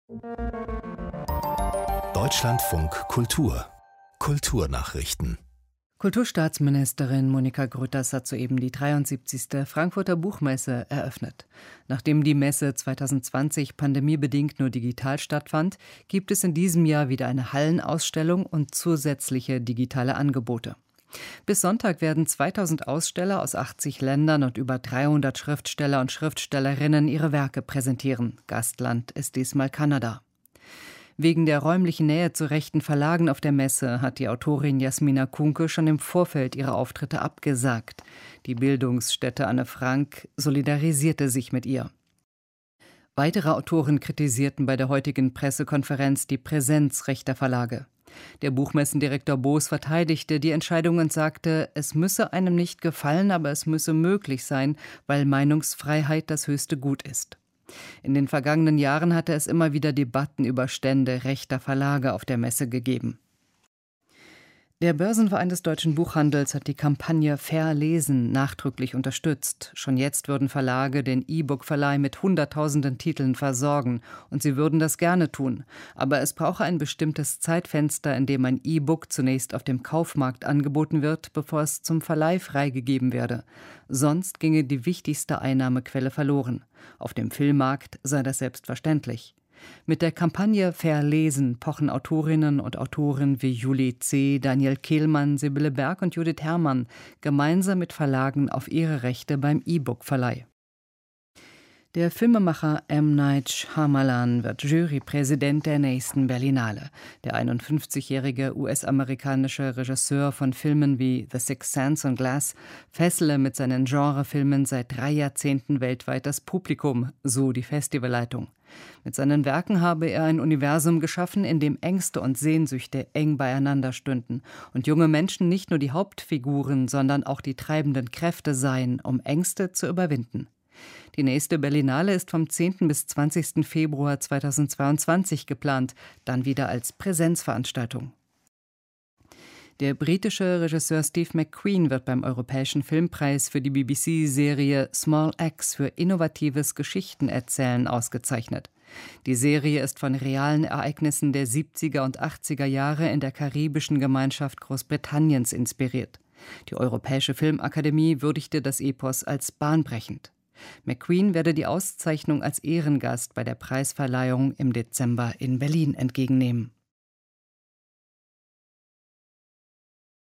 Deutschlandfunk Kultur Kulturnachrichten. Kulturstaatsministerin Monika Grütters hat soeben die 73. Frankfurter Buchmesse eröffnet. Nachdem die Messe 2020 pandemiebedingt nur digital stattfand, gibt es in diesem Jahr wieder eine Hallenausstellung und zusätzliche digitale Angebote. Bis Sonntag werden 2000 Aussteller aus 80 Ländern und über 300 Schriftsteller und Schriftstellerinnen ihre Werke präsentieren. Gastland ist diesmal Kanada. Wegen der räumlichen Nähe zu rechten Verlagen auf der Messe hat die Autorin Jasmina Kuhnke schon im Vorfeld ihre Auftritte abgesagt. Die Bildungsstätte Anne Frank solidarisierte sich mit ihr. Weitere Autoren kritisierten bei der heutigen Pressekonferenz die Präsenz rechter Verlage. Der Buchmessendirektor Boos verteidigte die Entscheidung und sagte, es müsse einem nicht gefallen, aber es müsse möglich sein, weil Meinungsfreiheit das höchste Gut ist. In den vergangenen Jahren hatte es immer wieder Debatten über Stände rechter Verlage auf der Messe gegeben. Der Börsenverein des deutschen Buchhandels hat die Kampagne Fair Lesen nachdrücklich unterstützt. Schon jetzt würden Verlage den E-Book-Verleih mit Hunderttausenden Titeln versorgen und sie würden das gerne tun. Aber es brauche ein bestimmtes Zeitfenster, in dem ein E-Book zunächst auf dem Kaufmarkt angeboten wird, bevor es zum Verleih freigegeben werde. Sonst ginge die wichtigste Einnahmequelle verloren. Auf dem Filmmarkt sei das selbstverständlich. Mit der Kampagne Fair Lesen pochen Autorinnen und Autoren wie Julie C., Daniel Kehlmann, Sibylle Berg und Judith Herrmann gemeinsam mit Verlagen auf ihre Rechte beim E-Book-Verleih. Der Filmemacher M. Night Shyamalan wird Jurypräsident der nächsten Berlinale. Der 51-jährige US-amerikanische Regisseur von Filmen wie The Sixth Sense und Glass fessele mit seinen Genrefilmen seit 3 Jahrzehnten weltweit das Publikum, so die Festivalleitung. Mit seinen Werken habe er ein Universum geschaffen, in dem Ängste und Sehnsüchte eng beieinander stünden und junge Menschen nicht nur die Hauptfiguren, sondern auch die treibenden Kräfte seien, um Ängste zu überwinden. Die nächste Berlinale ist vom 10. bis 20. Februar 2022 geplant, dann wieder als Präsenzveranstaltung. Der britische Regisseur Steve McQueen wird beim Europäischen Filmpreis für die BBC-Serie Small Axe für innovatives Geschichtenerzählen ausgezeichnet. Die Serie ist von realen Ereignissen der 70er und 80er Jahre in der karibischen Gemeinschaft Großbritanniens inspiriert. Die Europäische Filmakademie würdigte das Epos als bahnbrechend. McQueen werde die Auszeichnung als Ehrengast bei der Preisverleihung im Dezember in Berlin entgegennehmen.